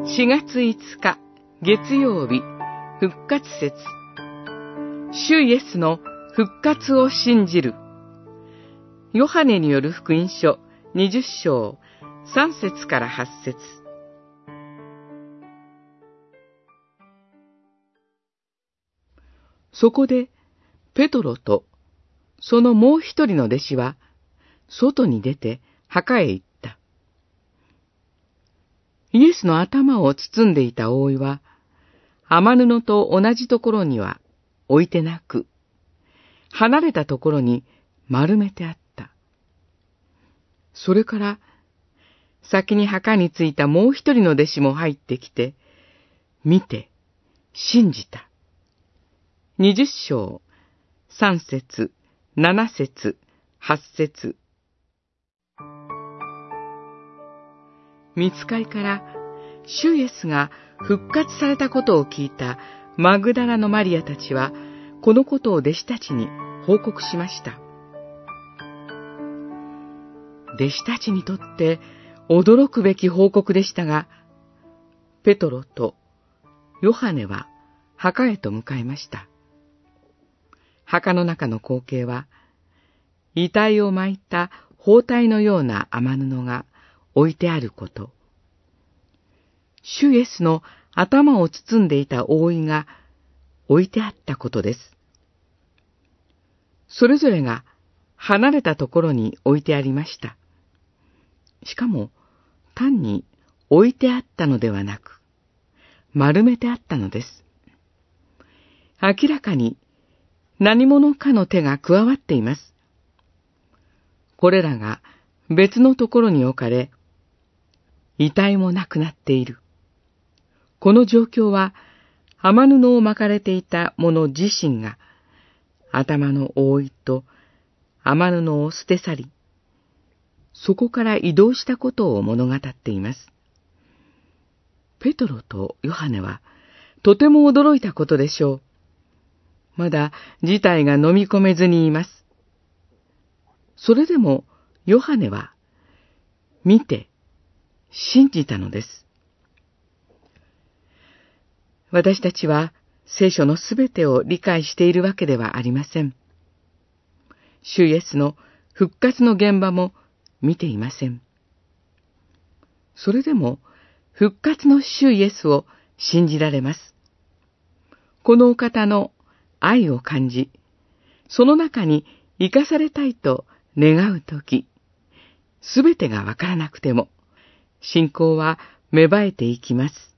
4月5日月曜日、復活節。主イエスの復活を信じる。ヨハネによる福音書20章3節から8節。そこでペトロとそのもう一人の弟子は外に出て墓へ行った。イエスの頭を包んでいた覆いは雨布と同じところには置いてなく、離れたところに丸めてあった。それから先に墓に着いたもう一人の弟子も入ってきて、見て信じた。20章3節7節8節。御使いから主イエスが復活されたことを聞いたマグダラのマリアたちは、このことを弟子たちに報告しました。弟子たちにとって驚くべき報告でしたが、ペトロとヨハネは墓へと向かいました。墓の中の光景は、遺体を巻いた包帯のような雨布が置いてあること、主イエスの頭を包んでいた覆いが置いてあったことです。それぞれが離れたところに置いてありました。しかも単に置いてあったのではなく、丸めてあったのです。明らかに何者かの手が加わっています。これらが別のところに置かれ、遺体もなくなっている。この状況は、雨布を巻かれていた者自身が、頭の覆いと雨布を捨て去り、そこから移動したことを物語っています。ペトロとヨハネは、とても驚いたことでしょう。まだ事態が飲み込めずにいます。それでもヨハネは、見て、信じたのです。私たちは聖書のすべてを理解しているわけではありません。主イエスの復活の現場も見ていません。それでも復活の主イエスを信じられます。このお方の愛を感じ、その中に生かされたいと願うとき、すべてがわからなくても、信仰は芽生えていきます。